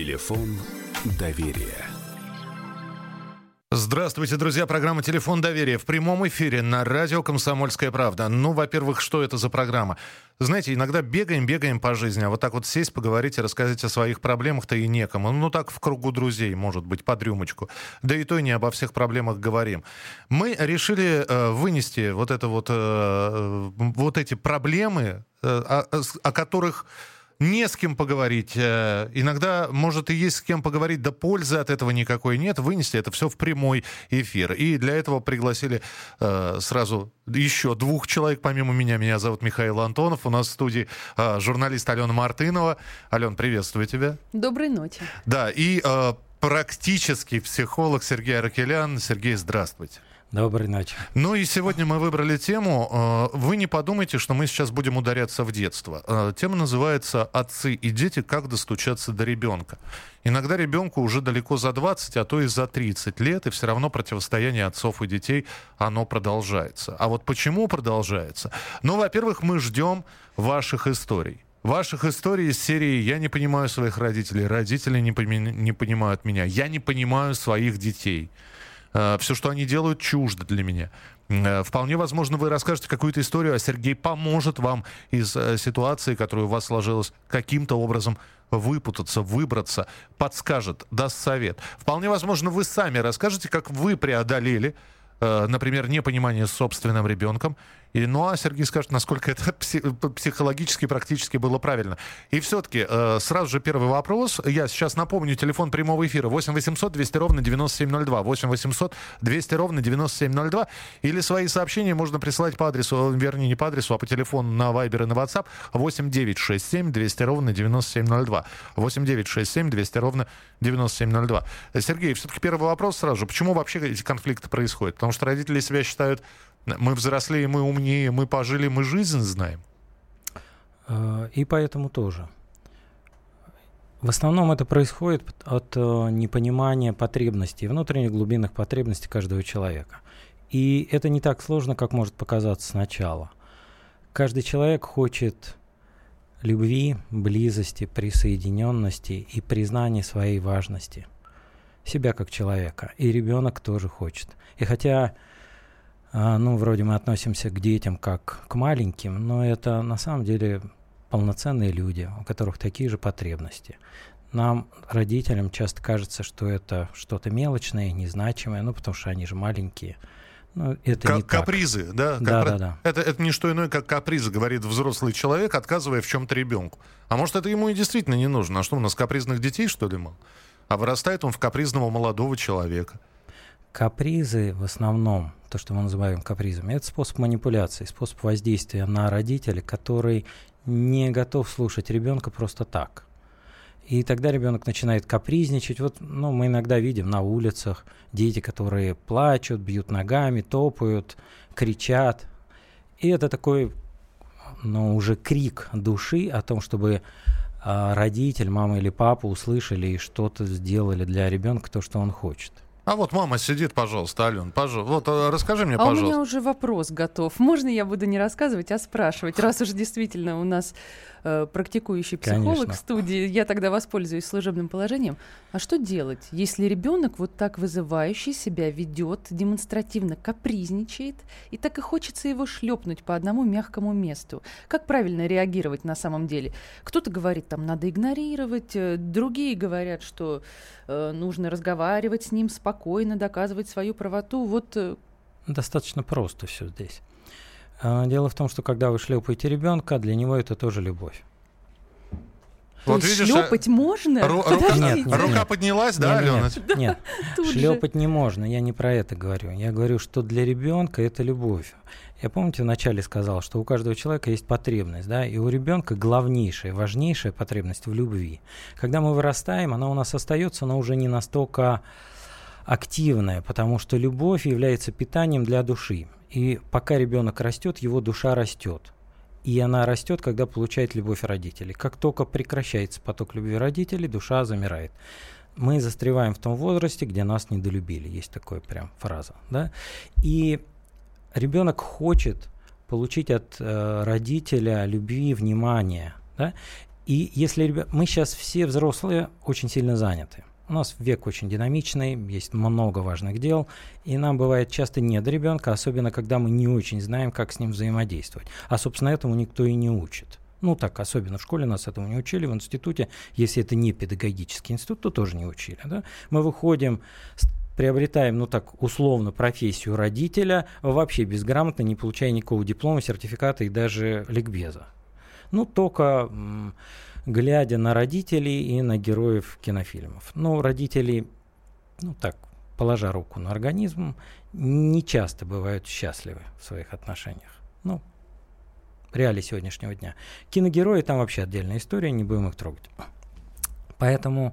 Телефон доверия. Здравствуйте, друзья. Программа «Телефон доверия» в прямом эфире на радио «Комсомольская правда». Ну, во-первых, что это за программа? Знаете, иногда бегаем по жизни, а вот так вот сесть, поговорить и рассказать о своих проблемах-то и некому. Ну, так в кругу друзей, может быть, под рюмочку. Да и то не обо всех проблемах говорим. Мы решили вынести вот эти проблемы, о которых не с кем поговорить. Иногда, может, и есть с кем поговорить, да пользы от этого никакой нет. Вынести это все в прямой эфир. И для этого пригласили сразу еще двух человек, помимо меня. Меня зовут Михаил Антонов. У нас в студии журналист Алена Мартынова. Ален, приветствую тебя. Доброй ночи. Да, и практический психолог Сергей Аракелян. Сергей, здравствуйте. Доброй ночи. Ну и сегодня мы выбрали тему. Вы не подумайте, что мы сейчас будем ударяться в детство. Тема называется «Отцы и дети. Как достучаться до ребенка». Иногда ребенку уже далеко за 20, а то и за 30 лет, и все равно противостояние отцов и детей, оно продолжается. А вот почему продолжается? Ну, во-первых, мы ждем ваших историй. Ваших историй из серии «Я не понимаю своих родителей», «Родители не понимают меня», «Я не понимаю своих детей». Все, что они делают, чуждо для меня. Вполне возможно, вы расскажете какую-то историю, а Сергей поможет вам из ситуации, которая у вас сложилась, каким-то образом выпутаться, выбраться, подскажет, даст совет. Вполне возможно, вы сами расскажете, как вы преодолели, например, непонимание с собственным ребенком. А Сергей скажет, насколько это психологически, практически было правильно. И все-таки сразу же первый вопрос. Я сейчас напомню, телефон прямого эфира 8 800 200 ровно 9702. 8 800 200 ровно 9702. Или свои сообщения можно присылать по адресу, вернее, не по адресу, а по телефону на Viber и на WhatsApp 8 967 200 ровно 9702. 8 967 200 ровно 9702. Сергей, все-таки первый вопрос сразу же. Почему вообще эти конфликты происходят? Потому что родители себя считают: мы взрослее, мы умнее, мы пожили, мы жизнь знаем. И поэтому тоже. В основном это происходит от непонимания потребностей, внутренних глубинных потребностей каждого человека. И это не так сложно, как может показаться сначала. Каждый человек хочет любви, близости, присоединенности и признания своей важности. Себя как человека. И ребенок тоже хочет. И хотя вроде мы относимся к детям как к маленьким, но это на самом деле полноценные люди, у которых такие же потребности. Нам, родителям, часто кажется, что это что-то мелочное, незначимое, потому что они же маленькие. Но это не так. Капризы, да? Да. Это не что иное, как капризы, говорит взрослый человек, отказывая в чем-то ребенку. А может, это ему и действительно не нужно? А что, у нас капризных детей, что ли, мало? А вырастает он в капризного молодого человека. Капризы в основном, то, что мы называем капризами, это способ манипуляции, способ воздействия на родителя, который не готов слушать ребенка просто так. И тогда ребенок начинает капризничать. Мы иногда видим на улицах дети, которые плачут, бьют ногами, топают, кричат. И это такой, уже крик души о том, чтобы родитель, мама или папа услышали и что-то сделали для ребенка, то, что он хочет. А вот мама сидит, пожалуйста, Ален, пожалуйста. Расскажи мне, пожалуйста. У меня уже вопрос готов. Можно я буду не рассказывать, а спрашивать? Раз уж действительно у нас практикующий психолог Конечно. в студии, я тогда воспользуюсь служебным положением. А что делать, если ребенок вот так вызывающе себя ведет, демонстративно капризничает, и так и хочется его шлепнуть по одному мягкому месту? Как правильно реагировать на самом деле? Кто-то говорит, надо игнорировать, другие говорят, что нужно разговаривать с ним спокойно, доказывать свою правоту. Достаточно просто все здесь. Дело в том, что когда вы шлепаете ребенка, для него это тоже любовь. Вот видишь, шлепать можно? Рука поднялась, да, Алена? Нет, шлепать не можно, я не про это говорю. Я говорю, что для ребенка это любовь. Я, помните, вначале сказал, что у каждого человека есть потребность, да, и у ребенка главнейшая, важнейшая потребность в любви. Когда мы вырастаем, она у нас остается, но уже не настолько активная, потому что любовь является питанием для души. И пока ребенок растет, его душа растет. И она растет, когда получает любовь родителей. Как только прекращается поток любви родителей, душа замирает. Мы застреваем в том возрасте, где нас недолюбили. Есть такая прям фраза. Да? И ребенок хочет получить от родителя любви, внимания. Да? И если мы сейчас все взрослые очень сильно заняты. У нас век очень динамичный, есть много важных дел, и нам бывает часто не до ребенка, особенно когда мы не очень знаем, как с ним взаимодействовать. А, собственно, этому никто и не учит. Ну так, особенно в школе нас этому не учили, в институте, если это не педагогический институт, то тоже не учили. Да? Мы выходим, приобретаем, ну так, условно, профессию родителя, вообще безграмотно, не получая никакого диплома, сертификата и даже ликбеза. Ну, только глядя на родителей и на героев кинофильмов. Ну, родители, ну так, положа руку на организм, не часто бывают счастливы в своих отношениях. Ну, реалии сегодняшнего дня. Киногерои, там вообще отдельная история, не будем их трогать. Поэтому,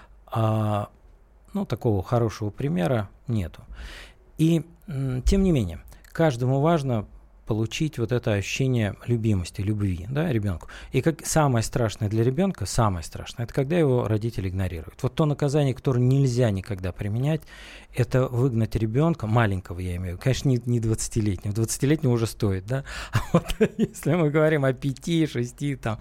ну, такого хорошего примера нету. И, тем не менее, каждому важно получить вот это ощущение любимости, любви, да, ребенку. И как самое страшное для ребенка, самое страшное, это когда его родители игнорируют. Вот то наказание, которое нельзя никогда применять, это выгнать ребенка, маленького я имею в виду, конечно, не 20-летнего, 20-летнего уже стоит, да, а вот если мы говорим о 5, 6, там,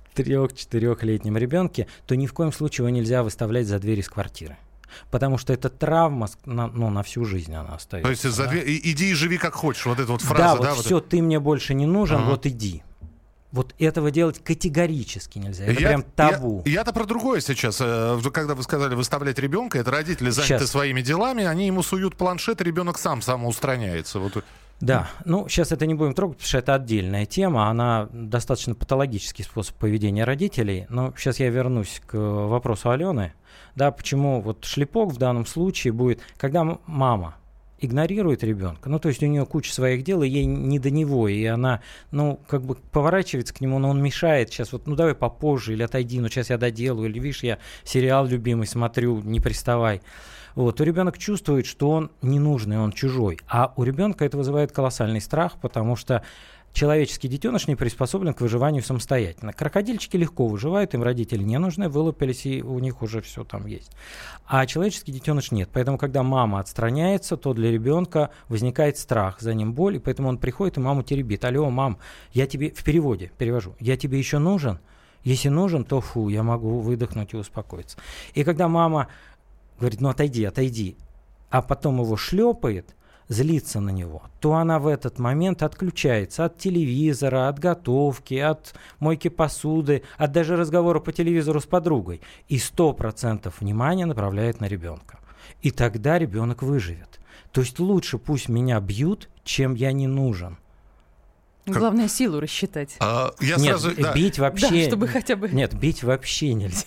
3-4-летнем ребенке, то ни в коем случае его нельзя выставлять за дверь из квартиры. Потому что эта травма, на всю жизнь она остается. То есть иди и живи как хочешь, вот эта вот фраза. Да, вот все, ты мне больше не нужен, вот иди. Вот этого делать категорически нельзя. Это прям табу. Я-то про другое сейчас. Когда вы сказали выставлять ребенка, это родители заняты своими делами, они ему суют планшет, и ребенок сам самоустраняется. Вот. Да, ну сейчас это не будем трогать, потому что это отдельная тема, она достаточно патологический способ поведения родителей. Но сейчас я вернусь к вопросу Алены. Да, почему вот шлепок в данном случае будет, когда мама игнорирует ребенка, ну, то есть у нее куча своих дел, и ей не до него, и она, ну, как бы поворачивается к нему, но он мешает сейчас, вот, ну, давай попозже, или отойди, ну, сейчас я доделаю, или, видишь, я сериал любимый смотрю, не приставай. Вот, то ребенок чувствует, что он ненужный, он чужой, а у ребенка это вызывает колоссальный страх, потому что человеческий детеныш не приспособлен к выживанию самостоятельно. Крокодильчики легко выживают, им родители не нужны, вылупились, и у них уже все там есть. А человеческий детеныш нет. Поэтому, когда мама отстраняется, то для ребенка возникает страх, за ним боль, и поэтому он приходит и маму теребит. Алло, мам, я тебе, в переводе перевожу, я тебе еще нужен? Если нужен, то фу, я могу выдохнуть и успокоиться. И когда мама говорит, ну отойди, а потом его шлепает, злится на него, то она в этот момент отключается от телевизора, от готовки, от мойки посуды, от даже разговора по телевизору с подругой. И 100% внимания направляет на ребенка. И тогда ребенок выживет. То есть лучше пусть меня бьют, чем я не нужен. Главное силу рассчитать. Бить вообще... Да, чтобы хотя бы... Нет, бить вообще нельзя.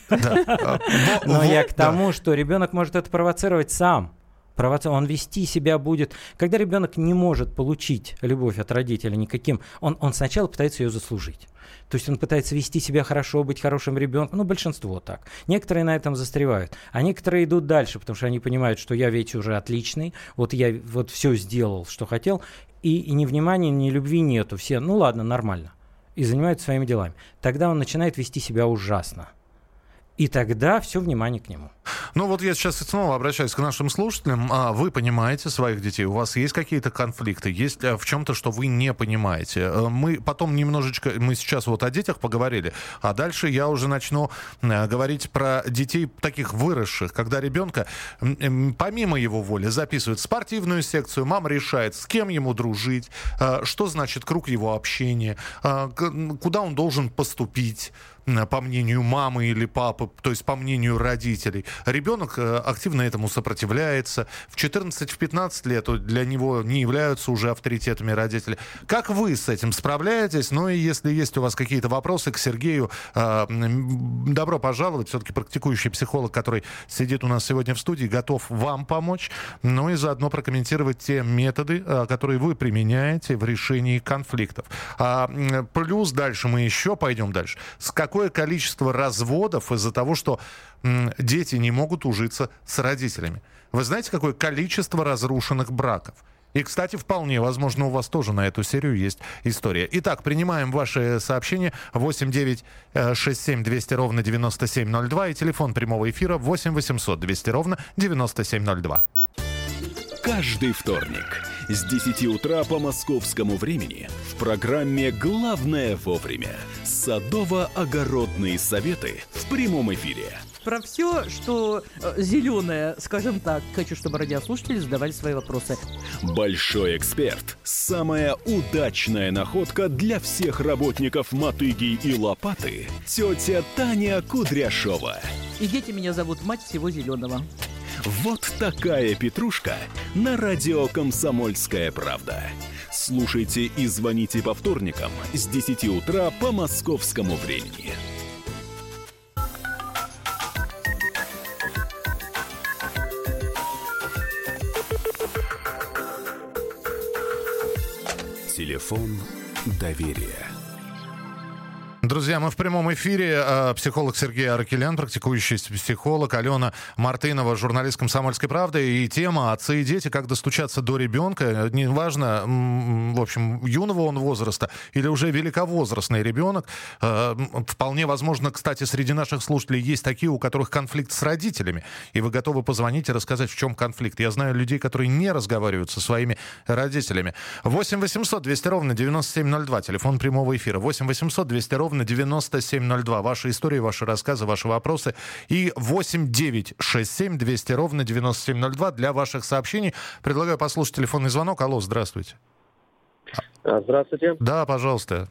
Но я к тому, что ребенок может это провоцировать сам. Он вести себя будет... Когда ребенок не может получить любовь от родителя никаким, он сначала пытается ее заслужить. То есть он пытается вести себя хорошо, быть хорошим ребенком. Ну, большинство так. Некоторые на этом застревают. А некоторые идут дальше, потому что они понимают, что я ведь уже отличный, вот я вот все сделал, что хотел, и ни внимания, ни любви нету. Все, ну ладно, нормально. И занимаются своими делами. Тогда он начинает вести себя ужасно. И тогда все внимание к нему. Ну вот я сейчас снова обращаюсь к нашим слушателям. Вы понимаете своих детей? У вас есть какие-то конфликты? Есть в чем-то, что вы не понимаете? Мы потом немножечко... Мы сейчас вот о детях поговорили, а дальше я уже начну говорить про детей таких выросших, когда ребенка помимо его воли записывают в спортивную секцию, мама решает, с кем ему дружить, что значит круг его общения, куда он должен поступить, по мнению мамы или папы, то есть по мнению родителей. Ребенок активно этому сопротивляется. В 14-15 лет для него не являются уже авторитетами родители. Как вы с этим справляетесь? Ну и если есть у вас какие-то вопросы к Сергею, добро пожаловать. Все-таки практикующий психолог, который сидит у нас сегодня в студии, готов вам помочь. Ну и заодно прокомментировать те методы, которые вы применяете в решении конфликтов. Плюс дальше мы еще пойдем дальше. Какое количество разводов из-за того, что дети не могут ужиться с родителями. Вы знаете, какое количество разрушенных браков? И, кстати, вполне возможно, у вас тоже на эту серию есть история. Итак, принимаем ваши сообщения 8-967-200-97-02 и телефон прямого эфира 8-800-200-97-02. Каждый вторник с 10 утра по московскому времени в программе «Главное вовремя» с Садово-огородные советы в прямом эфире. Про все, что зеленое, скажем так. Хочу, чтобы радиослушатели задавали свои вопросы. Большой эксперт. Самая удачная находка для всех работников «Мотыги» и «Лопаты». Тетя Таня Кудряшова. И дети меня зовут мать всего зеленого. Вот такая петрушка на радио «Комсомольская правда». Слушайте и звоните по вторникам с 10 утра по московскому времени. Телефон доверия. Друзья, мы в прямом эфире. Психолог Сергей Аракелян, практикующий психолог, Алена Мартынова, журналист «Комсомольской правды». И тема «Отцы и дети. Как достучаться до ребенка». Неважно, в общем, юного он возраста или уже великовозрастный ребенок. Вполне возможно, кстати, среди наших слушателей есть такие, у которых конфликт с родителями. И вы готовы позвонить и рассказать, в чем конфликт. Я знаю людей, которые не разговаривают со своими родителями. 8 800 200 ровно 9702. Телефон прямого эфира. 8 800 200 ровно 9702. Ваши истории, ваши рассказы, ваши вопросы. И 8 967 200 ровно 9702 для ваших сообщений. Предлагаю послушать телефонный звонок. Алло, здравствуйте. Здравствуйте. Да, пожалуйста.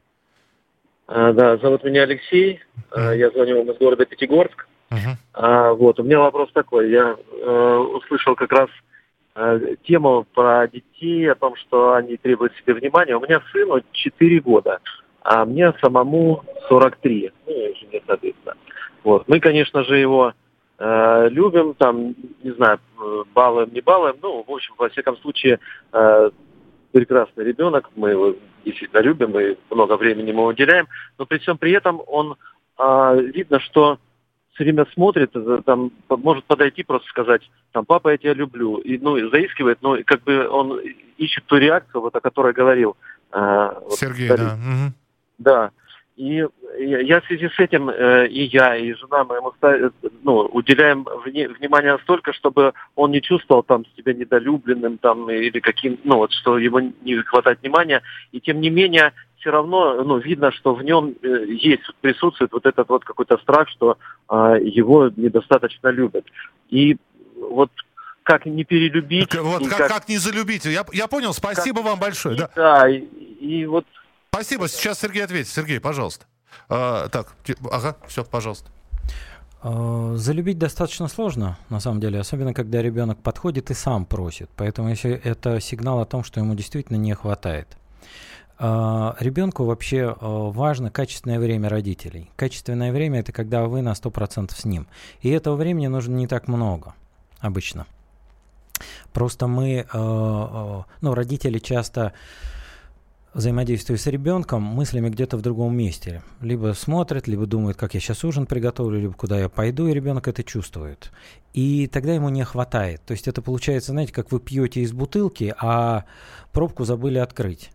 Да, зовут меня Алексей. Я звоню вам из города Пятигорск. Вот, у меня вопрос такой. Я услышал как раз тему про детей, о том, что они требуют себе внимания. У меня сыну 4 года. А мне самому 43, ну, и жене, соответственно. Вот. Мы, конечно же, его любим, там, не знаю, балуем, не балуем. Ну, в общем, во всяком случае, прекрасный ребенок, мы его действительно любим и много времени ему уделяем. Но при всем при этом он, видно, что все время смотрит, там, может подойти просто сказать, там, папа, я тебя люблю. И, ну, и заискивает, но как бы он ищет ту реакцию, вот, о которой говорил Сергей, вот, да. Угу. Да, и я в связи с этим, и я, и жена мы ему уделяем внимание настолько, чтобы он не чувствовал там себя недолюбленным там, или каким, ну вот, что ему не хватает внимания, и тем не менее все равно, ну, видно, что в нем есть, присутствует вот этот вот какой-то страх, что его недостаточно любят. И вот как не перелюбить... Вот как не залюбить? Я понял, спасибо вам большое. Да, да и вот... Спасибо, сейчас Сергей ответит. Сергей, пожалуйста. Так, ага, все, пожалуйста. Залюбить достаточно сложно, на самом деле, особенно когда ребенок подходит и сам просит. Поэтому если это сигнал о том, что ему действительно не хватает. Ребенку вообще важно качественное время родителей. Качественное время – это когда вы на 100% с ним. И этого времени нужно не так много обычно. Просто мы, родители часто... взаимодействуя с ребенком, мыслями где-то в другом месте. Либо смотрят, либо думают, как я сейчас ужин приготовлю, либо куда я пойду, и ребенок это чувствует. И тогда ему не хватает. То есть это получается, знаете, как вы пьете из бутылки, а пробку забыли открыть.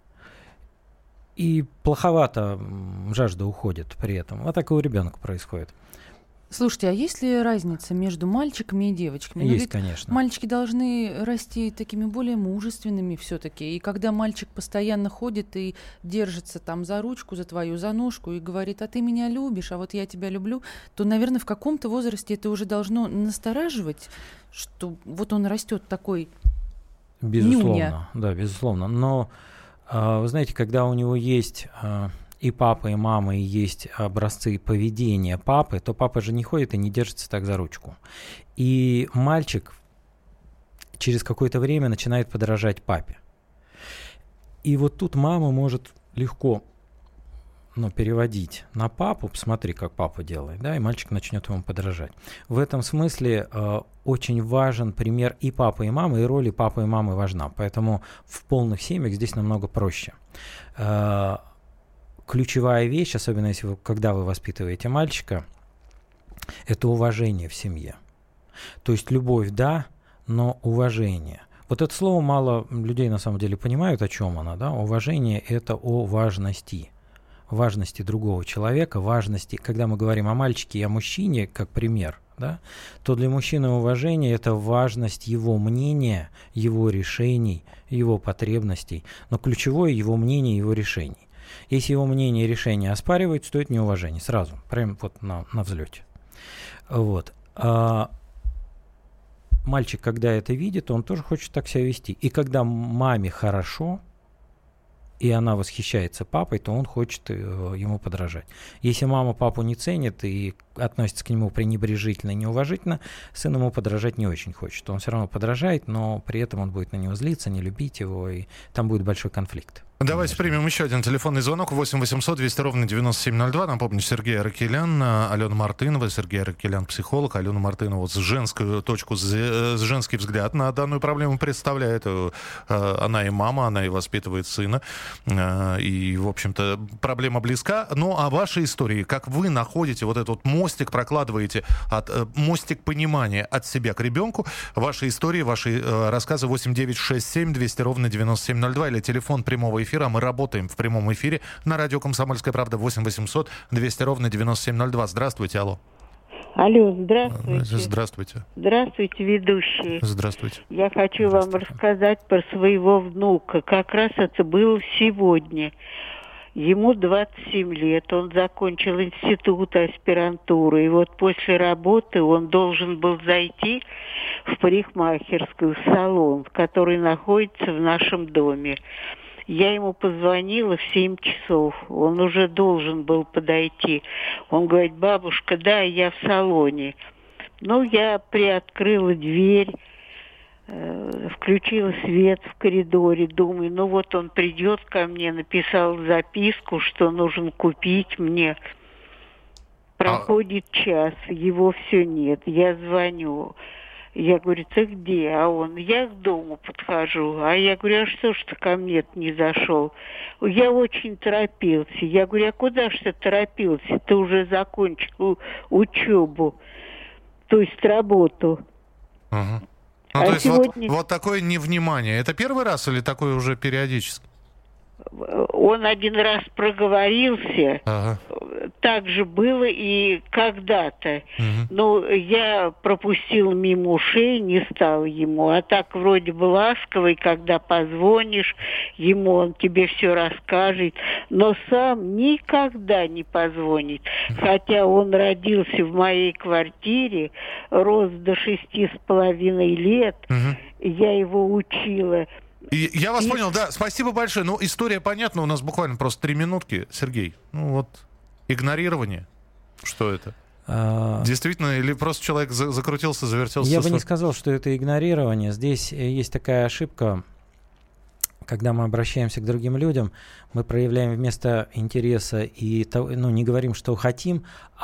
И плоховато жажда уходит при этом. Вот так и у ребенка происходит. Слушайте, а есть ли разница между мальчиками и девочками? Есть, конечно. Мальчики должны расти такими более мужественными все-таки. И когда мальчик постоянно ходит и держится там за ручку, за твою, за ножку и говорит, а ты меня любишь, а вот я тебя люблю, то, наверное, в каком-то возрасте это уже должно настораживать, что вот он растет такой безусловно, нюня. Да, безусловно. Но, вы знаете, когда у него есть... и папа, и мама, и есть образцы поведения папы, то папа же не ходит и не держится так за ручку. И мальчик через какое-то время начинает подражать папе. И вот тут мама может легко переводить на папу, посмотри, как папа делает, да, и мальчик начнет ему подражать. В этом смысле очень важен пример и папы, и мамы, и роль и папы, и мамы важна. Поэтому в полных семьях здесь намного проще. Ключевая вещь, особенно если когда вы воспитываете мальчика, это уважение в семье. То есть любовь, да, но уважение. Вот это слово мало людей на самом деле понимают, о чем оно, да. Уважение – это о важности другого человека, важности, когда мы говорим о мальчике и о мужчине, как пример, да, то для мужчины уважение – это важность его мнения, его решений, его потребностей, но ключевое – его мнение, его решений. Если его мнение и решение оспаривают, стоит неуважение. Сразу, прям вот на взлете. Вот. Мальчик, когда это видит, он тоже хочет так себя вести. И когда маме хорошо, и она восхищается папой, то он хочет ему подражать. Если мама папу не ценит и относится к нему пренебрежительно и неуважительно, сын ему подражать не очень хочет. Он все равно подражает, но при этом он будет на него злиться, не любить его, и там будет большой конфликт. Давайте примем еще один телефонный звонок. 8 800 200 ровно 9702. Напомню, Сергей Аракелян, Алена Мартынова. Сергей Аракелян, психолог. Алена Мартынова с женскую точку, с женский взгляд на данную проблему представляет. Она и мама, она и воспитывает сына. И, в общем-то, проблема близка. Ну, а ваши истории, как вы находите вот этот вот мостик, прокладываете мостик понимания от себя к ребенку. Ваши истории, ваши рассказы 8 9 6 7 200 ровно 9702 или телефон прямого эфира. Мы работаем в прямом эфире на радио «Комсомольская правда» 8 800 200 ровно 9702. Здравствуйте, алло. Алло, здравствуйте. Здравствуйте. Здравствуйте, ведущие. Здравствуйте. Я хочу вам рассказать про своего внука. Как раз это было сегодня. Ему 27 лет, он закончил институт, аспирантуру. И вот после работы он должен был зайти в парикмахерскую, в салон, который находится в нашем доме. Я ему позвонила в 7 часов. Он уже должен был подойти. Он говорит: бабушка, да, я в салоне. Ну, я приоткрыла дверь, включила свет в коридоре. Думаю, ну вот он придет ко мне, написал записку, что нужно купить мне. Проходит час, его все нет. Я звоню. Я говорю: ты где? А он: я к дому подхожу. А я говорю: а что ж ты ко мне не зашел? Я очень торопился. Я говорю: а куда ж ты торопился? Ты уже закончил учебу, то есть работу. Ну, то есть сегодня... вот такое невнимание. Это первый раз или такое уже периодически? Он один раз проговорился. Ага. Так же было и когда-то. Но я пропустил мимо ушей, не стал ему. А так вроде бы ласковый, когда позвонишь ему, он тебе все расскажет. Но сам никогда не позвонит. Хотя он родился в моей квартире, рос до 6,5 лет. Я его учила. Я вас понял, да. Спасибо большое. Ну, история понятна. У нас буквально просто 3 минутки. Сергей, ну вот, игнорирование. Что это? Действительно, или просто человек закрутился, завертелся? Я бы не сказал, что это игнорирование. Здесь есть такая ошибка. Когда мы обращаемся к другим людям, мы проявляем вместо интереса и не говорим, что хотим,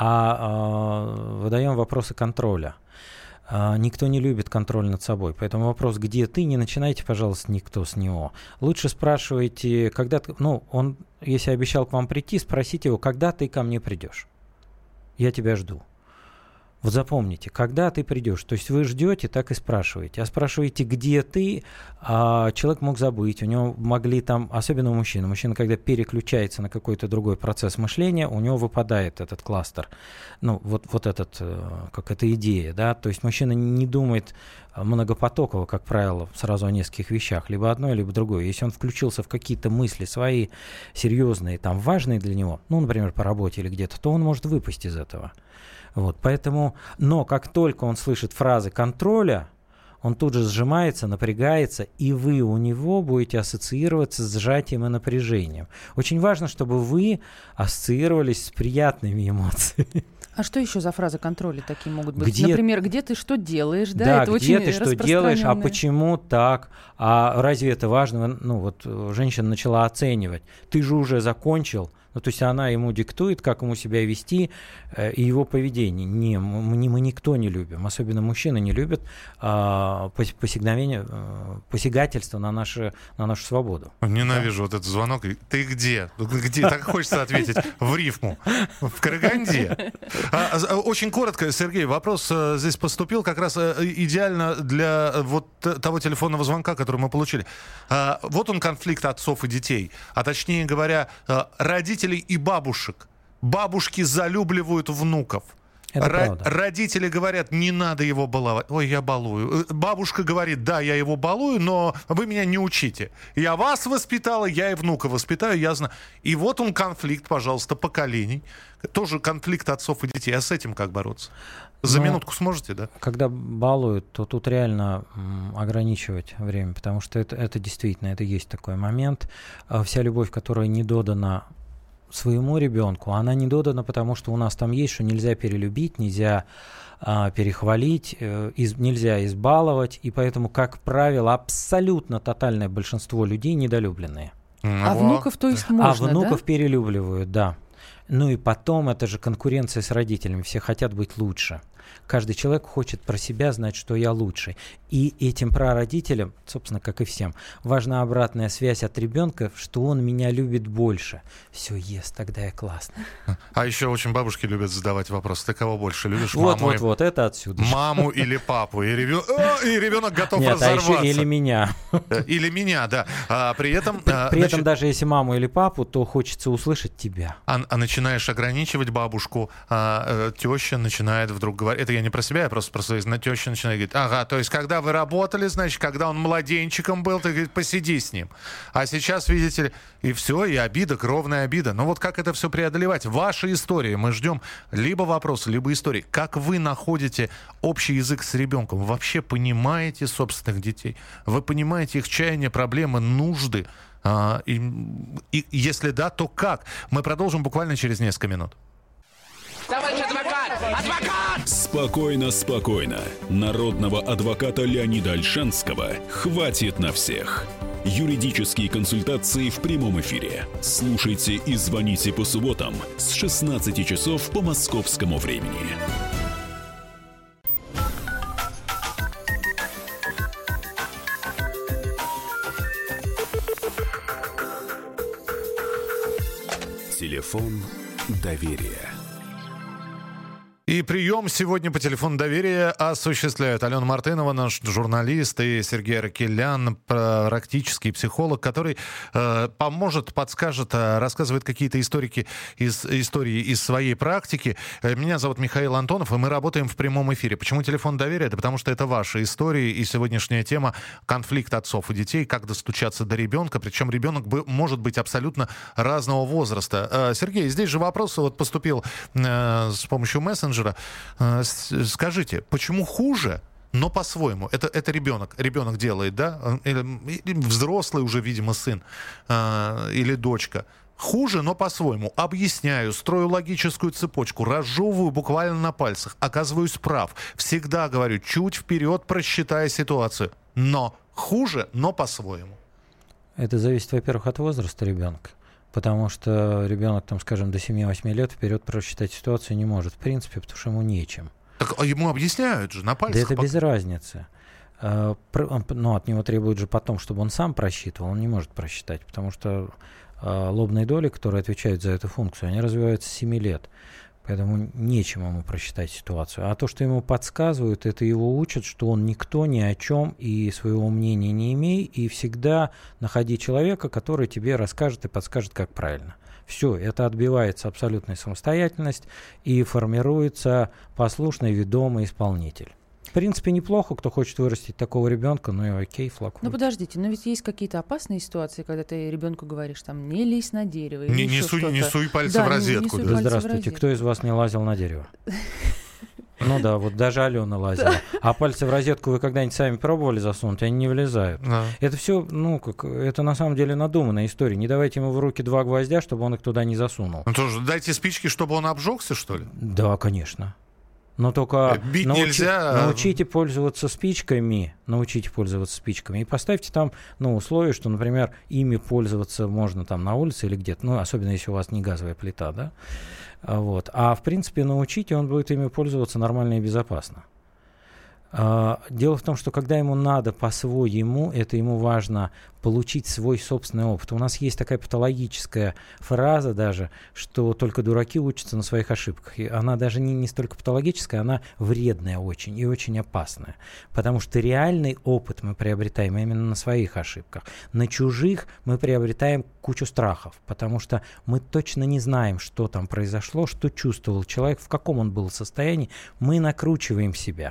а выдаем вопросы контроля. Никто не любит контроль над собой. Поэтому вопрос, где ты, не начинайте, пожалуйста, никто с него. Лучше спрашивайте, когда ты... он, если обещал к вам прийти, спросите его, когда ты ко мне придешь. Я тебя жду. Вот запомните, когда ты придешь. То есть вы ждете, так и спрашиваете. А спрашиваете, где ты, человек мог забыть. У него могли там, особенно у мужчины. Мужчина, когда переключается на какой-то другой процесс мышления, у него выпадает этот кластер. Вот этот, как эта идея, да. То есть мужчина не думает многопотоково, как правило, сразу о нескольких вещах. Либо одной, либо другой. Если он включился в какие-то мысли свои серьезные, там, важные для него, например, по работе или где-то, то он может выпасть из этого. Вот, поэтому, но как только он слышит фразы контроля, он тут же сжимается, напрягается, и вы у него будете ассоциироваться с сжатием и напряжением. Очень важно, чтобы вы ассоциировались с приятными эмоциями. А что еще за фразы контроля такие могут быть? Например, где ты что делаешь? Да, это где очень ты что делаешь, а почему так? А разве это важно? Женщина начала оценивать. Ты же уже закончил. То есть она ему диктует, как ему себя вести, и его поведение. Мы никто не любим, особенно мужчины не любят посягательство на нашу свободу. Ненавижу вот этот звонок. Ты где? Где? Так хочется ответить в рифму. В Караганде. Очень коротко, Сергей, вопрос здесь поступил как раз идеально для вот того телефонного звонка, который мы получили. Вот он, конфликт отцов и детей. А точнее говоря, родителей и бабушек. Бабушки залюбливают внуков. Родители говорят, не надо его баловать. Ой, я балую. Бабушка говорит, да, я его балую, но вы меня не учите. Я вас воспитала, я и внука воспитаю, я знаю. И вот он конфликт, пожалуйста, поколений. Тоже конфликт отцов и детей. А с этим как бороться? За минутку сможете, да? Когда балуют, то тут реально ограничивать время, потому что это действительно, это есть такой момент. Вся любовь, которая не додана своему ребенку, она не додана, потому что у нас там есть, что нельзя перелюбить, нельзя перехвалить, нельзя избаловать, и поэтому, как правило, абсолютно тотальное большинство людей недолюбленные. А внуков, то есть, можно, А внуков да? перелюбливают, да. Ну и потом, это же конкуренция с родителями, все хотят быть лучше. Каждый человек хочет про себя знать, что я лучший. И этим прародителям, собственно, как и всем, важна обратная связь от ребенка, что он меня любит больше. Все, тогда я классный. А еще очень бабушки любят задавать вопрос: ты кого больше любишь, маму? Вот, это отсюда. Маму или папу? И ребенок готов разорваться. Нет, а еще или меня. Или меня, да. При этом... При этом даже если маму или папу, то хочется услышать тебя. А начинаешь ограничивать бабушку, теща начинает вдруг говорить... Это я не про себя, я просто про свои... Теща начинает говорить: ага, то есть когда вы работали, значит, когда он младенчиком был, ты, говорит, посиди с ним. А сейчас, видите ли, и все, и обида, кровная обида. Но вот как это все преодолевать? Ваши истории. Мы ждем либо вопросы, либо истории. Как вы находите общий язык с ребенком? Вы вообще понимаете собственных детей? Вы понимаете их чаяния, проблемы, нужды? И если да, то как? Мы продолжим буквально через несколько минут. Товарищ адвокат! Адвокат! Спокойно, спокойно. Народного адвоката Леонида Ольшанского хватит на всех. Юридические консультации в прямом эфире. Слушайте и звоните по субботам с 16 часов по московскому времени. Телефон доверия. И прием сегодня по телефону доверия осуществляют Алена Мартынова, наш журналист, и Сергей Аракелян, практический психолог, который поможет, подскажет, рассказывает какие-то истории из своей практики. Меня зовут Михаил Антонов, и мы работаем в прямом эфире. Почему телефон доверия? Это потому что это ваши истории, и сегодняшняя тема — конфликт отцов и детей, как достучаться до ребенка, причем ребенок может быть абсолютно разного возраста. Сергей, здесь же вопрос вот поступил с помощью мессенджера. Скажите, почему хуже, но по-своему? Это ребенок делает, да? Или взрослый уже, видимо, сын или дочка. Хуже, но по-своему. Объясняю, строю логическую цепочку, разжевываю буквально на пальцах, оказываюсь прав. Всегда говорю, чуть вперед просчитая ситуацию. Но хуже, но по-своему. Это зависит, во-первых, от возраста ребенка. Потому что ребенок, там, скажем, до 7-8 лет вперед просчитать ситуацию не может, в принципе, потому что ему нечем. Так а ему объясняют же на пальцах. Да это без разницы. Но от него требуют же потом, чтобы он сам просчитывал. Он не может просчитать, потому что лобные доли, которые отвечают за эту функцию, они развиваются с 7 лет. Поэтому нечем ему просчитать ситуацию. А то, что ему подсказывают, это его учат, что он никто, ни о чем, и своего мнения не имей, и всегда находи человека, который тебе расскажет и подскажет, как правильно. Все, это отбивается абсолютная самостоятельность, и формируется послушный, ведомый исполнитель. В принципе, неплохо, кто хочет вырастить такого ребенка, ну и окей, флаг. Ну подождите, но ведь есть какие-то опасные ситуации, когда ты ребенку говоришь, там, не лезь на дерево. Не суй пальцы в розетку. Да, здравствуйте, кто из вас не лазил на дерево? Ну да, вот даже Алена лазила. А пальцы в розетку вы когда-нибудь сами пробовали засунуть? Они не влезают. Да. Это все, это на самом деле надуманная история. Не давайте ему в руки 2 гвоздя, чтобы он их туда не засунул. Ну тоже дайте спички, чтобы он обжегся, что ли? Да, конечно. Но только научите пользоваться спичками, и поставьте там, условие, что, например, ими пользоваться можно там на улице или где-то, особенно если у вас не газовая плита, да, вот. А в принципе научите, он будет ими пользоваться нормально и безопасно. Дело в том, что когда ему надо по-своему, это ему важно получить свой собственный опыт. У нас есть такая патологическая фраза даже, что только дураки учатся на своих ошибках. И она даже не столько патологическая, она вредная очень и очень опасная. Потому что реальный опыт мы приобретаем именно на своих ошибках. На чужих мы приобретаем кучу страхов, потому что мы точно не знаем, что там произошло, что чувствовал человек, в каком он был состоянии. Мы накручиваем себя.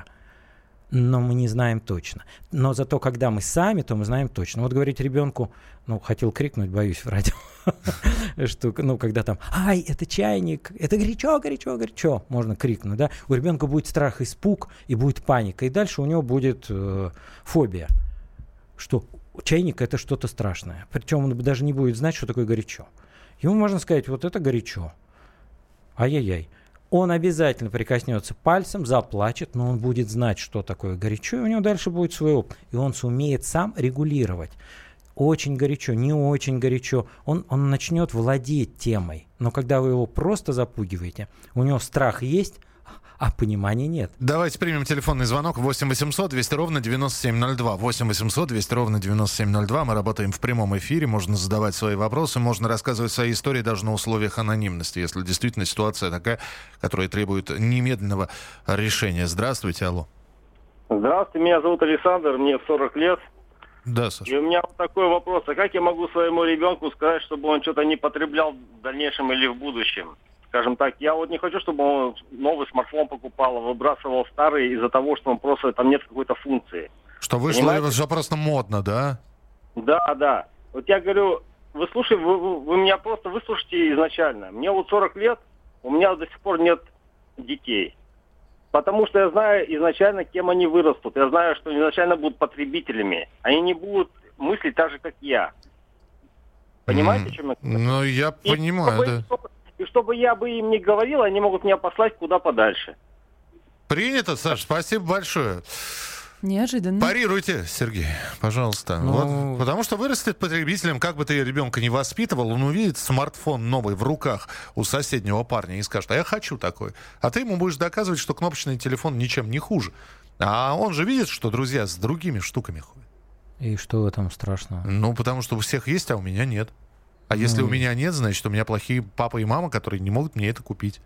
Но мы не знаем точно. Но зато, когда мы сами, то мы знаем точно. Вот говорить ребенку, хотел крикнуть, боюсь в радио, что, когда там, ай, это чайник, это горячо, горячо, горячо, можно крикнуть, да, у ребенка будет страх, испуг, и будет паника, и дальше у него будет фобия, что чайник — это что-то страшное. Причем он даже не будет знать, что такое горячо. Ему можно сказать, вот это горячо, ай-яй-яй. Он обязательно прикоснется пальцем, заплачет, но он будет знать, что такое горячо, и у него дальше будет свой опыт. И он сумеет сам регулировать. Очень горячо, не очень горячо. Он начнет владеть темой. Но когда вы его просто запугиваете, у него страх есть, а понимания нет. Давайте примем телефонный звонок 8 800 200 ровно 9702. 8 800 200 ровно 9702. Мы работаем в прямом эфире. Можно задавать свои вопросы, можно рассказывать свои истории даже на условиях анонимности, если действительно ситуация такая, которая требует немедленного решения. Здравствуйте, алло. Здравствуйте, меня зовут Александр, мне 40 лет. Да, Саша. И у меня вот такой вопрос. А как я могу своему ребенку сказать, чтобы он что-то не потреблял в дальнейшем или в будущем? Скажем так, я вот не хочу, чтобы он новый смартфон покупал, выбрасывал старый из-за того, что он просто там нет какой-то функции. Что вышло уже просто модно, да? Да. Вот я говорю, вы меня просто выслушайте изначально. Мне вот 40 лет, у меня до сих пор нет детей. Потому что я знаю изначально, кем они вырастут. Я знаю, что изначально будут потребителями. Они не будут мыслить так же, как я. Понимаете, о чем я говорю? Ну, я понимаю, да. И чтобы я бы им не говорил, они могут меня послать куда подальше. Принято, Саш, спасибо большое. Неожиданно. Парируйте, Сергей, пожалуйста. Вот, потому что вырастет потребителем, как бы ты ребенка не воспитывал, он увидит смартфон новый в руках у соседнего парня и скажет, а я хочу такой. А ты ему будешь доказывать, что кнопочный телефон ничем не хуже. А он же видит, что друзья с другими штуками ходят. И что в этом страшного? Потому что у всех есть, а у меня нет. А если у меня нет, значит, у меня плохие папа и мама, которые не могут мне это купить.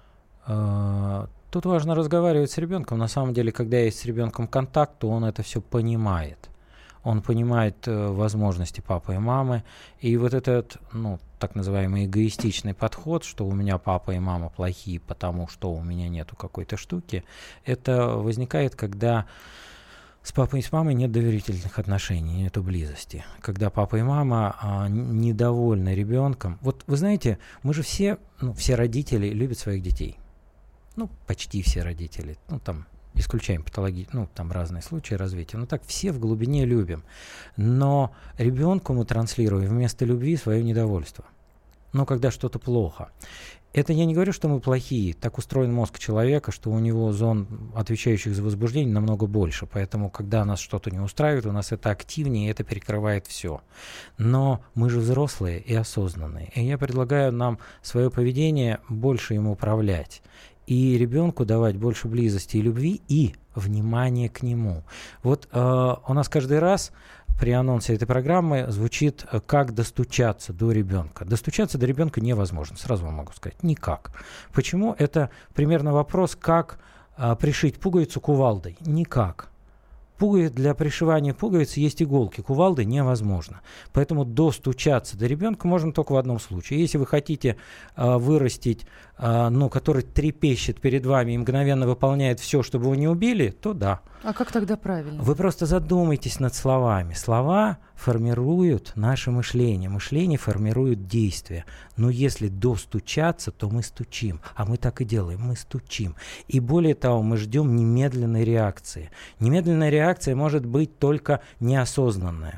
Тут важно разговаривать с ребенком. На самом деле, когда есть с ребенком контакт, то он это все понимает. Он понимает возможности папы и мамы. И вот этот, так называемый эгоистичный подход, что у меня папа и мама плохие, потому что у меня нету какой-то штуки, это возникает, когда с папой и с мамой нет доверительных отношений, нету близости. Когда папа и мама недовольны ребенком. Вот вы знаете, мы же все родители любят своих детей. Почти все родители. Там исключаем патологии, там разные случаи развития. Так все в глубине любим. Но ребенку мы транслируем вместо любви свое недовольство. Когда что-то плохо. Это я не говорю, что мы плохие. Так устроен мозг человека, что у него зон, отвечающих за возбуждение, намного больше. Поэтому, когда нас что-то не устраивает, у нас это активнее, и это перекрывает все. Но мы же взрослые и осознанные. И я предлагаю нам свое поведение больше им управлять. И ребенку давать больше близости и любви, и внимания к нему. Вот у нас каждый раз при анонсе этой программы звучит, как достучаться до ребенка. Достучаться до ребенка невозможно, сразу вам могу сказать, никак. Почему? Это примерно вопрос, как пришить пуговицу кувалдой. Никак. Для пришивания пуговицы есть иголки, кувалды невозможно. Поэтому достучаться до ребенка можно только в одном случае. Если вы хотите вырастить, который трепещет перед вами и мгновенно выполняет все, чтобы его не убили, то да. А как тогда правильно? Вы просто задумайтесь над словами. Слова формируют наше мышление. Мышление формирует действия. Но если достучаться, то мы стучим. А мы так и делаем. Мы стучим. И более того, мы ждем немедленной реакции. Немедленная реакция может быть только неосознанная.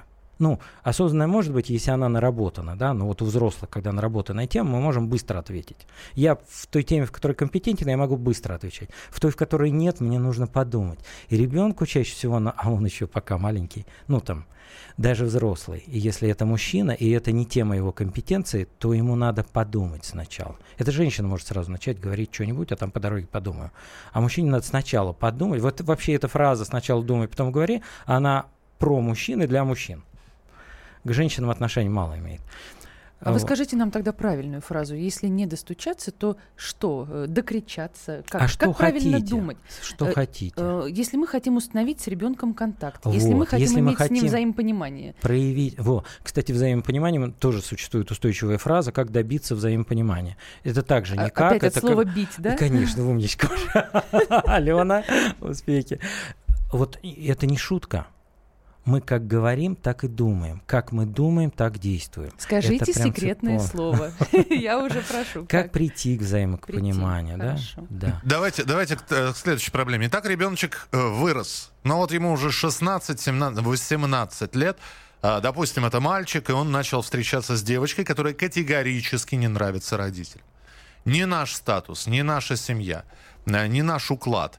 Ну, осознанная может быть, если она наработана, да, но вот у взрослых, когда наработанная тема, мы можем быстро ответить. Я в той теме, в которой компетентен, я могу быстро отвечать. В той, в которой нет, мне нужно подумать. И ребенку чаще всего, а он еще пока маленький, ну там, даже взрослый, и если это мужчина, и это не тема его компетенции, то ему надо подумать сначала. Эта женщина может сразу начать говорить что-нибудь, а там по дороге подумаю. А мужчине надо сначала подумать. Вот вообще эта фраза «сначала думай, потом говори», она про мужчин и для мужчин. К женщинам отношения мало имеет. А вы скажите нам тогда правильную фразу. Если не достучаться, то что? Докричаться? Как, что правильно хотите? думать? Что хотите? Если мы хотим установить с ребенком контакт, Вот. если мы хотим Если иметь с ним взаимопонимание. Проявить. Кстати, взаимопонимание тоже существует устойчивая фраза, как добиться взаимопонимания. Это также не как. Опять это слово «бить», да? Конечно, умничка. Алена, успехи. Вот это не шутка. Мы как говорим, так и думаем. Как мы думаем, так действуем. Скажите секретное слово. Я уже прошу. Как прийти к взаимопониманию, да? Да. Давайте к следующей проблеме. Итак, ребеночек вырос. Но вот ему уже 16, 17, 18 лет. Допустим, это мальчик, и он начал встречаться с девочкой, которая категорически не нравится родителям. Не наш статус, не наша семья, не наш уклад.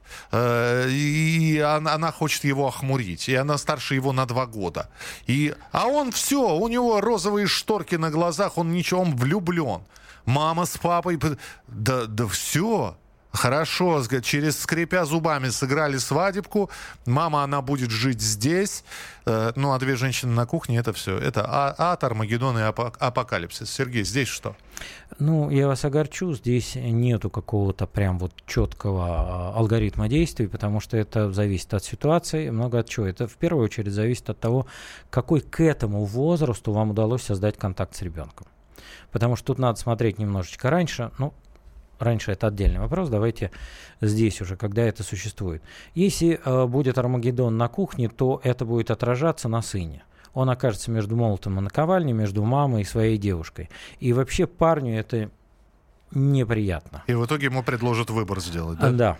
И она хочет его охмурить. И она старше его на 2 года. А он все, у него розовые шторки на глазах, он влюблен. Мама с папой, да все. Хорошо, скрипя зубами, сыграли свадебку. Мама, она будет жить здесь. А 2 женщины на кухне, это все. Это ад, Армагеддон и апокалипсис. Сергей, здесь что? Я вас огорчу. Здесь нету какого-то прям вот четкого алгоритма действий, потому что это зависит от ситуации, много от чего. Это в первую очередь зависит от того, какой к этому возрасту вам удалось создать контакт с ребенком. Потому что тут надо смотреть немножечко раньше. Раньше это отдельный вопрос, давайте здесь уже, когда это существует. Если будет Армагеддон на кухне, то это будет отражаться на сыне. Он окажется между молотом и наковальней, между мамой и своей девушкой. И вообще парню это неприятно. И в итоге ему предложат выбор сделать, да?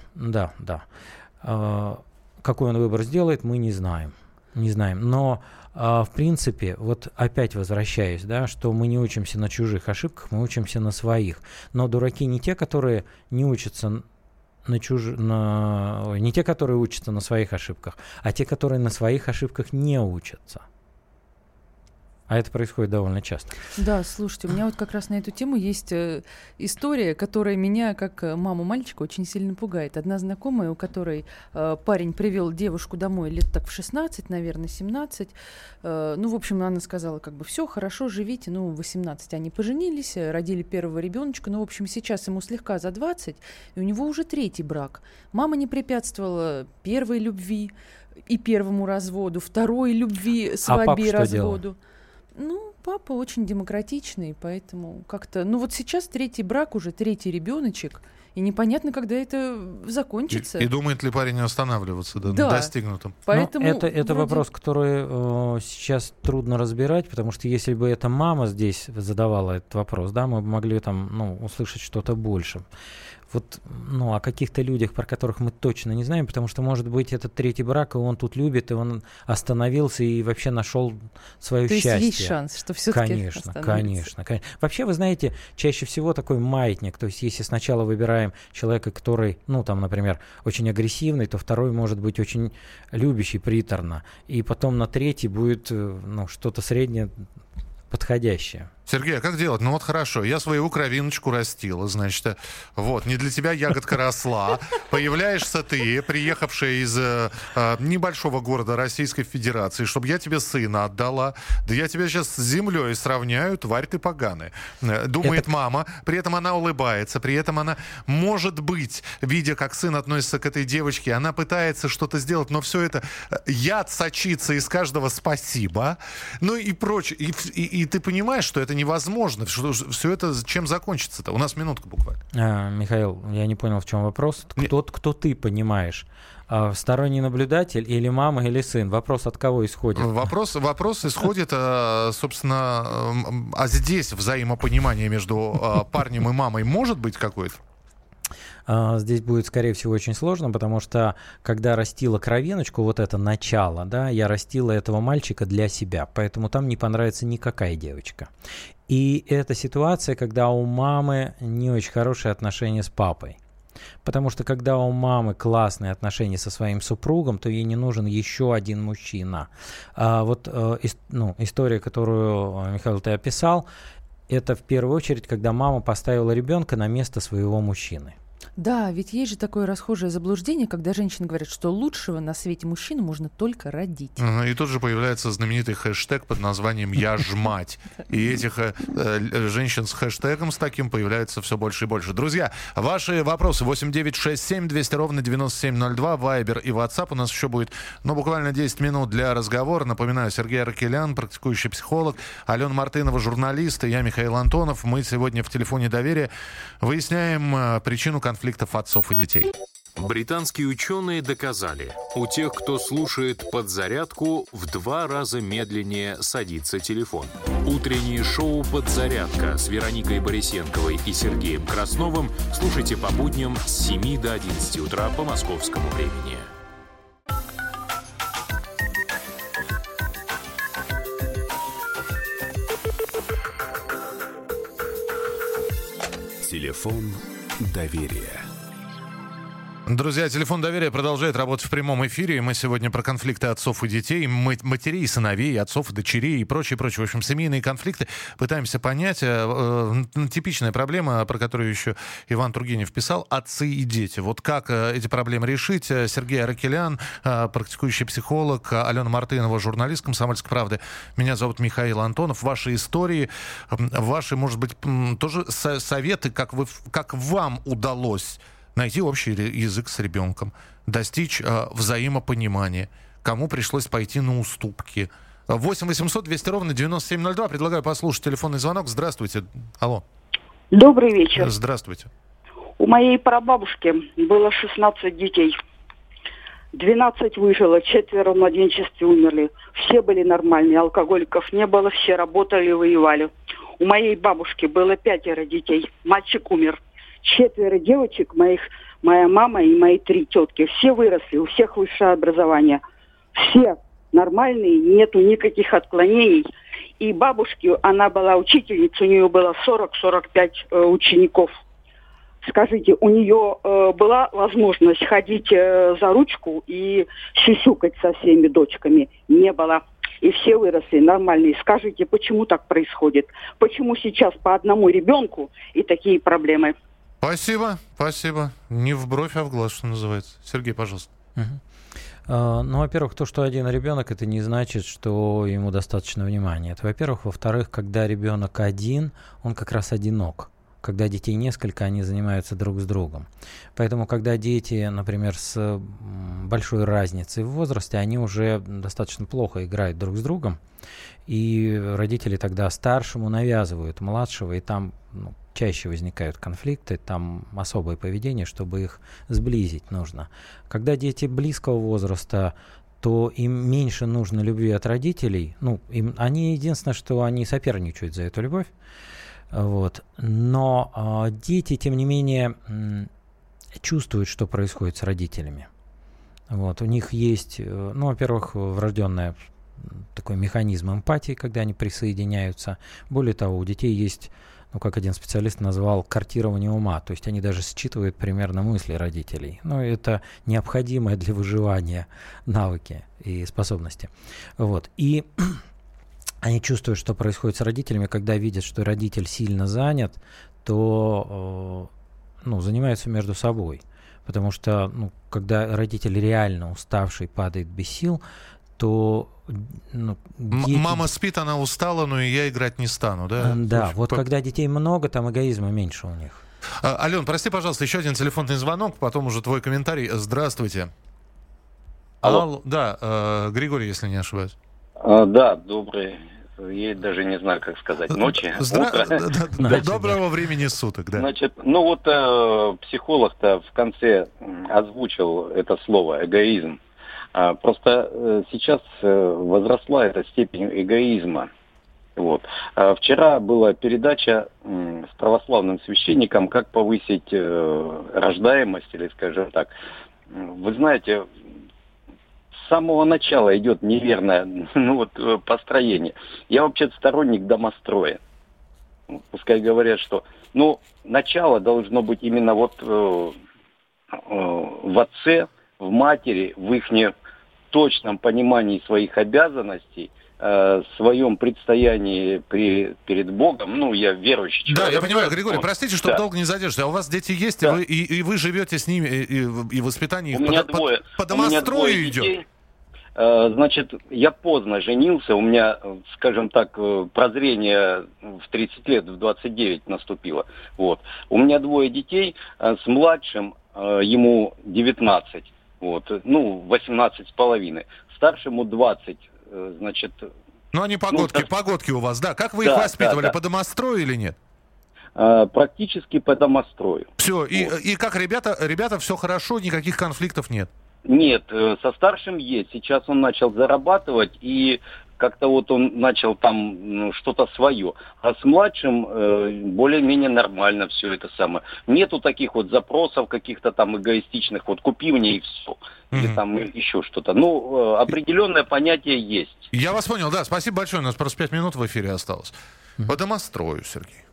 Да. Какой он выбор сделает, мы не знаем. Но в принципе, вот опять возвращаюсь, да, что мы не учимся на чужих ошибках, мы учимся на своих. Но дураки не те, которые не учатся не те, которые учатся на своих ошибках, а те, которые на своих ошибках не учатся. А это происходит довольно часто. Да, слушайте, у меня вот как раз на эту тему есть история, которая меня, как маму мальчика, очень сильно пугает. Одна знакомая, у которой парень привел девушку домой лет так в 16, наверное, 17. В общем, она сказала, все, хорошо, живите. В 18 они поженились, родили первого ребеночка. В общем, сейчас ему слегка за 20, и у него уже 3-й брак. Мама не препятствовала первой любви и первому разводу, второй любви, свадьбе и разводу. Папа очень демократичный, поэтому как-то... сейчас 3-й брак, уже 3-й ребеночек, и непонятно, когда это закончится. И думает ли парень останавливаться на достигнутом? Поэтому это вопрос, который сейчас трудно разбирать, потому что если бы эта мама здесь задавала этот вопрос, да, мы бы могли услышать что-то больше. О каких-то людях, про которых мы точно не знаем, потому что, может быть, этот 3-й брак, и он тут любит, и он остановился и вообще нашел свое счастье. То есть шанс, что все-таки Конечно. Вообще, вы знаете, чаще всего такой маятник, то есть если сначала выбираем человека, который, например, очень агрессивный, то второй может быть очень любящий, приторно, и потом на 3-й будет что-то среднее, подходящее. Сергей, а как делать? Хорошо, я свою кровиночку растила, значит, не для тебя ягодка росла. Появляешься ты, приехавшая из небольшого города Российской Федерации, чтобы я тебе сына отдала. Да я тебя сейчас с землей сравняю, тварь ты поганая. Думает мама, при этом она улыбается, при этом она, может быть, видя, как сын относится к этой девочке, она пытается что-то сделать, но все это яд сочится из каждого спасибо, и прочее. И ты понимаешь, что это невозможно. Все это чем закончится-то? У нас минутка буквально. Михаил, я не понял, в чем вопрос. Кто ты понимаешь? Сторонний наблюдатель или мама, или сын? Вопрос от кого исходит? Вопрос исходит, собственно, здесь взаимопонимание между парнем и мамой может быть какое-то? здесь будет, скорее всего, очень сложно, потому что, когда растила кровиночку, вот это начало, да, я растила этого мальчика для себя, поэтому там не понравится никакая девочка. И это ситуация, когда у мамы не очень хорошие отношения с папой. Потому что когда у мамы классные отношения со своим супругом, то ей не нужен еще один мужчина. История, которую, Михаил, ты описал, это в первую очередь, когда мама поставила ребенка на место своего мужчины. Да, ведь есть же такое расхожее заблуждение, когда женщины говорят, что лучшего на свете мужчину можно только родить. И тут же появляется знаменитый хэштег под названием «Я ж мать». И этих женщин с хэштегом с таким появляется все больше и больше. Друзья, ваши вопросы 8967-200-97-02, Вайбер и WhatsApp. У нас еще будет, буквально 10 минут для разговора. Напоминаю, Сергей Аракелян, практикующий психолог, Алена Мартынова, журналист, и я, Михаил Антонов. Мы сегодня в телефоне доверия выясняем причину конфликтов отцов и детей. Британские ученые доказали, у тех, кто слушает «Подзарядку», в 2 раза медленнее садится телефон. Утреннее шоу «Подзарядка» с Вероникой Борисенковой и Сергеем Красновым слушайте по будням с 7 до 11 утра по московскому времени. Телефон доверия. Друзья, телефон доверия продолжает работать в прямом эфире. Мы сегодня про конфликты отцов и детей, матерей и сыновей, отцов и дочерей и прочее. В общем, семейные конфликты пытаемся понять. Типичная проблема, про которую еще Иван Тургенев писал, отцы и дети. Вот как эти проблемы решить? Сергей Аракелян, практикующий психолог, Алена Мартынова, журналист «Комсомольской правды». Меня зовут Михаил Антонов. Ваши истории, ваши, может быть, тоже советы, как вам удалось найти общий язык с ребенком, достичь взаимопонимания, кому пришлось пойти на уступки. 8 800 200 ровно 9702. Предлагаю послушать телефонный звонок. Здравствуйте. Алло. Добрый вечер. Здравствуйте. У моей прабабушки было 16 детей. 12 выжило, 4 в младенчестве умерли. Все были нормальные, алкоголиков не было, все работали, воевали. У моей бабушки было 5 детей. Мальчик умер. 4 девочек моих, моя мама и мои 3 тетки. Все выросли, у всех высшее образование. Все нормальные, нету никаких отклонений. И бабушке, она была учительницей, у нее было 40-45 учеников. Скажите, у нее была возможность ходить за ручку и сюсюкать со всеми дочками? Не было. И все выросли нормальные. Скажите, почему так происходит? Почему сейчас по одному ребенку и такие проблемы? Спасибо. Не в бровь, а в глаз, что называется. Сергей, пожалуйста. Во-первых, то, что один ребенок, это не значит, что ему достаточно внимания. Это, во-первых. Во-вторых, когда ребенок один, он как раз одинок. Когда детей несколько, они занимаются друг с другом. Поэтому, когда дети, например, с большой разницей в возрасте, они уже достаточно плохо играют друг с другом, и родители тогда старшему навязывают младшего, и там чаще возникают конфликты, там особое поведение, чтобы их сблизить нужно. Когда дети близкого возраста, то им меньше нужно любви от родителей. Они единственное, что они соперничают за эту любовь. Но дети, тем не менее, чувствуют, что происходит с родителями. У них есть, во-первых, врожденный такой механизм эмпатии, когда они присоединяются. Более того, у детей есть, как один специалист назвал, картирование ума. То есть они даже считывают примерно мысли родителей. Это необходимые для выживания навыки и способности. И они чувствуют, что происходит с родителями, когда видят, что родитель сильно занят, то занимаются между собой. Потому что, когда родитель реально уставший падает без сил, то дети... Мама спит, она устала, но и я играть не стану, да? Да, когда детей много, там эгоизма меньше у них. Ален, прости, пожалуйста, еще один телефонный звонок, потом уже твой комментарий. Здравствуйте. Алло. Да, Григорий, если не ошибаюсь. Да, добрый. Я даже не знаю, как сказать. Ночи. Доброго времени суток, да. Значит, психолог-то в конце озвучил это слово «эгоизм». Просто сейчас возросла эта степень эгоизма. Вот. А вчера была передача с православным священником, как повысить рождаемость, или, скажем так. Вы знаете, с самого начала идет неверное построение. Я вообще сторонник домостроя. Пускай говорят, что начало должно быть именно в отце, в матери, в их точном понимании своих обязанностей, в своем предстоянии перед Богом. Я верующий человек. Да, я понимаю, Григорий, простите, что долго не задержите. А у вас дети есть, да. и вы живете с ними, и воспитание их по домострою идет? Детей. Значит, я поздно женился, у меня, скажем так, прозрение в 30 лет, в 29 наступило. Вот. У меня 2 детей, с младшим ему 19, 18,5, старшему 20, значит... они погодки у вас, да? Как вы их воспитывали, по домострою или нет? Практически по домострою. Все, и как ребята, все хорошо, никаких конфликтов нет? Нет, со старшим есть. Сейчас он начал зарабатывать, и как-то он начал там что-то свое. А с младшим более-менее нормально все это самое. Нету таких запросов каких-то там эгоистичных, купи мне и все. Или там еще что-то. Определенное понятие есть. Я вас понял, да. Спасибо большое. У нас просто 5 минут в эфире осталось. По домострою, Сергей.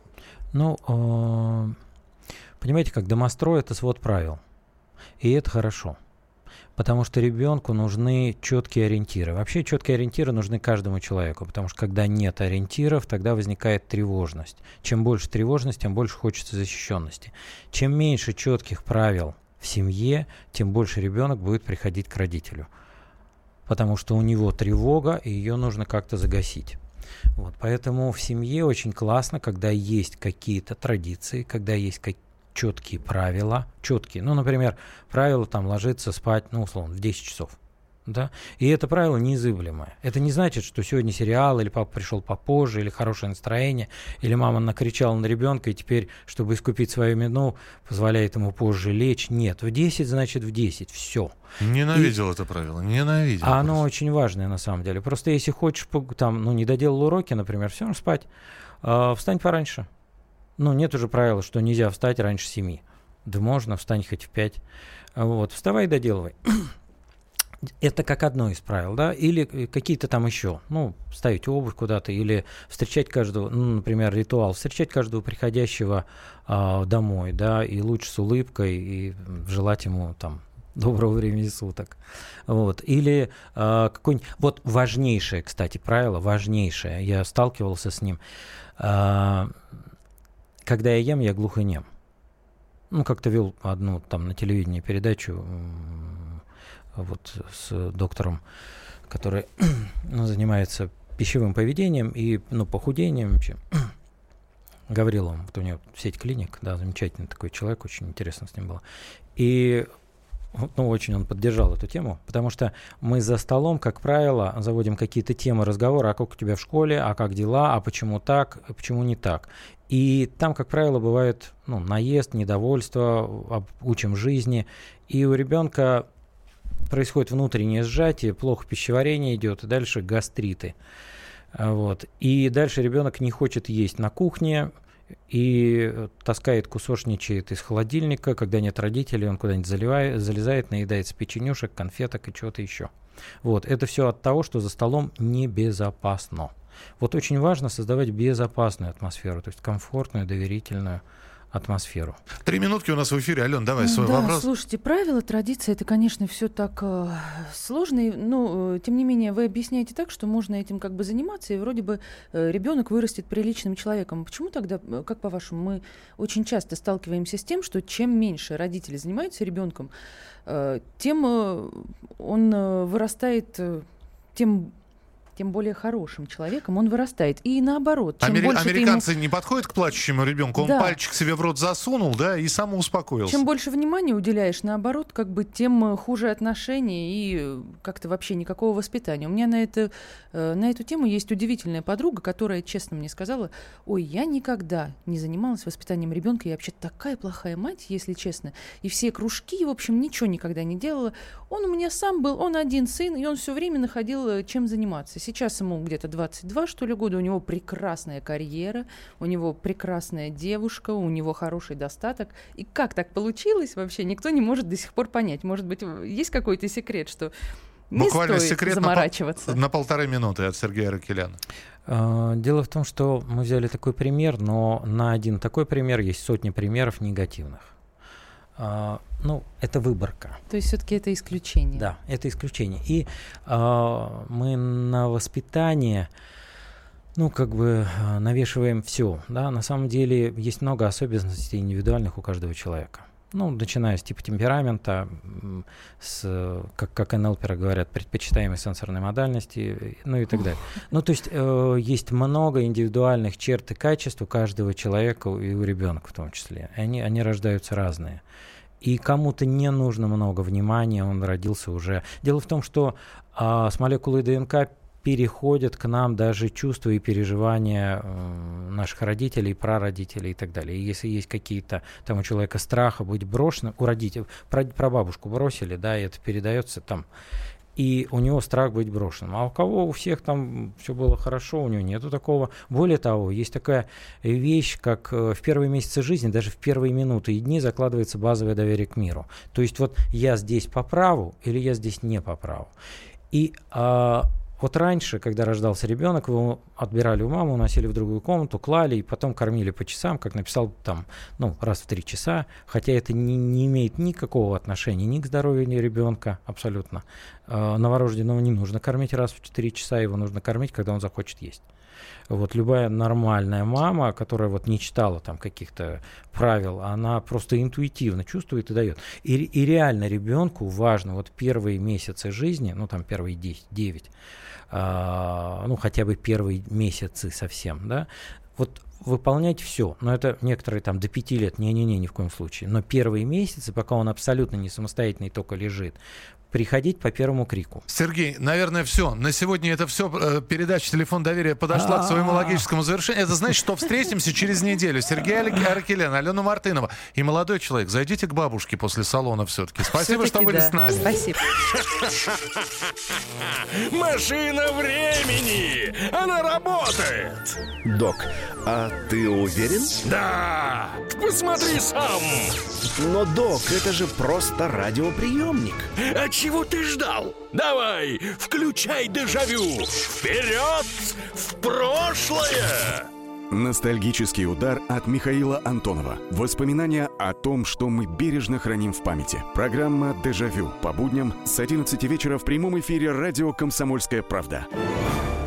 Понимаете, как домострой — это свод правил. И это хорошо. Потому что ребенку нужны четкие ориентиры. Вообще четкие ориентиры нужны каждому человеку, потому что когда нет ориентиров, тогда возникает тревожность. Чем больше тревожности, тем больше хочется защищенности. Чем меньше четких правил в семье, тем больше ребенок будет приходить к родителю. Потому что у него тревога, и ее нужно как-то загасить. Поэтому в семье очень классно, когда есть какие-то традиции, когда есть четкие правила, например, правило ложиться спать, условно, в 10 часов, да, и это правило неизыблемое. Это не значит, что сегодня сериал, или папа пришел попозже, или хорошее настроение, или мама накричала на ребенка, и теперь, чтобы искупить свою вину, позволяет ему позже лечь. Нет, в 10 значит в 10, все. Ненавидел это правило, ненавидел. А оно очень важное на самом деле. Просто если хочешь, не доделал уроки, например, все равно спать, встань пораньше. Нет уже правила, что нельзя встать раньше 7. Да можно, встань хоть в 5. Вставай и доделывай. Это как одно из правил, да, или какие-то там еще, ставить обувь куда-то, или встречать каждого, например, ритуал, встречать каждого приходящего домой, да, и лучше с улыбкой, и желать ему доброго времени суток. Или какое-нибудь, важнейшее, кстати, правило, важнейшее, я сталкивался с ним, когда я ем, я глухонем. Как-то вел одну на телевидении передачу с доктором, который занимается пищевым поведением и похудением вообще. Гавриловым. У него сеть клиник, да, замечательный такой человек, очень интересно с ним было. И очень он поддержал эту тему, потому что мы за столом, как правило, заводим какие-то темы разговора, а как у тебя в школе, а как дела, а почему так, а почему не так. И там, как правило, бывает наезд, недовольство, учим жизни, и у ребенка происходит внутреннее сжатие, плохо пищеварение идет, и дальше гастриты. И дальше ребенок не хочет есть на кухне, и таскает, кусошничает из холодильника, когда нет родителей, он куда-нибудь залезает, наедается печенюшек, конфеток и чего-то еще. Это все от того, что за столом небезопасно. Очень важно создавать безопасную атмосферу, то есть комфортную, доверительную атмосферу. 3 минутки у нас в эфире. Ален, давай свой вопрос. Слушайте, правила, традиции, это, конечно, все так сложно, но, тем не менее, вы объясняете так, что можно этим заниматься, и вроде бы ребенок вырастет приличным человеком. Почему тогда, как по-вашему, мы очень часто сталкиваемся с тем, что чем меньше родители занимаются ребенком, тем он вырастает, тем более хорошим человеком он вырастает. И наоборот. Американцы не подходят к плачущему ребенку, он пальчик себе в рот засунул, да, и самоуспокоился. Чем больше внимания уделяешь, наоборот, тем хуже отношения и как-то вообще никакого воспитания. У меня на эту тему есть удивительная подруга, которая честно мне сказала: ой, я никогда не занималась воспитанием ребенка, я вообще такая плохая мать, если честно. И все кружки, в общем, ничего никогда не делала. Он у меня сам был, он один сын, и он все время находил, чем заниматься. Сейчас ему где-то 22, что ли, года, у него прекрасная карьера, у него прекрасная девушка, у него хороший достаток. И как так получилось вообще, никто не может до сих пор понять. Может быть, есть какой-то секрет, что не буквально стоит секрет заморачиваться? на 1,5 минуты от Сергея Аракеляна. Дело в том, что мы взяли такой пример, но на один такой пример есть сотни примеров негативных. Это выборка. То есть все-таки это исключение. Да, это исключение. И мы на воспитание, навешиваем все. Да? На самом деле есть много особенностей индивидуальных у каждого человека. Начиная с типа темперамента, как НЛперы говорят, предпочитаемой сенсорной модальности, и так далее. То есть есть много индивидуальных черт и качеств у каждого человека, и у ребенка в том числе. Они рождаются разные. И кому-то не нужно много внимания, он родился уже. Дело в том, что с молекулой ДНК переходят к нам даже чувства и переживания наших родителей, прародителей и так далее. И если есть какие-то там у человека страха быть брошенным, у родителей, прабабушку бросили, да, и это передается там, и у него страх быть брошенным. А у кого у всех там все было хорошо, у него нету такого. Более того, есть такая вещь, как в первые месяцы жизни, даже в первые минуты и дни закладывается базовое доверие к миру. То есть вот я здесь по праву или я здесь не по праву. И вот раньше, когда рождался ребенок, его отбирали у мамы, уносили в другую комнату, клали и потом кормили по часам, как написал там, раз в 3 часа, хотя это не имеет никакого отношения ни к здоровью ни ребенка, абсолютно. Новорожденного не нужно кормить раз в 4 часа, его нужно кормить, когда он захочет есть. Вот любая нормальная мама, которая вот не читала там каких-то правил, она просто интуитивно чувствует и дает. И реально ребенку важно вот первые месяцы жизни, первые 9, хотя бы первые месяцы совсем, да, вот выполнять все, но это некоторые там до 5 лет, ни в коем случае, но первые месяцы, пока он абсолютно не самостоятельный, только лежит, приходить по первому крику. Сергей, наверное, все. На сегодня это все. Передача «Телефон доверия» подошла к своему логическому завершению. Это значит, что встретимся через неделю. Сергей Аракелян, Алена Мартынова и молодой человек. Зайдите к бабушке после салона все-таки. Спасибо, что были с нами. Спасибо. Машина времени! Она работает! Док, а ты уверен? Да! Посмотри сам! Но, док, это же просто радиоприемник. А чего ты ждал? Давай, включай дежавю! Вперед! В прошлое! Ностальгический удар от Михаила Антонова. Воспоминания о том, что мы бережно храним в памяти. Программа «Дежавю» по будням с 11 вечера в прямом эфире радио «Комсомольская правда».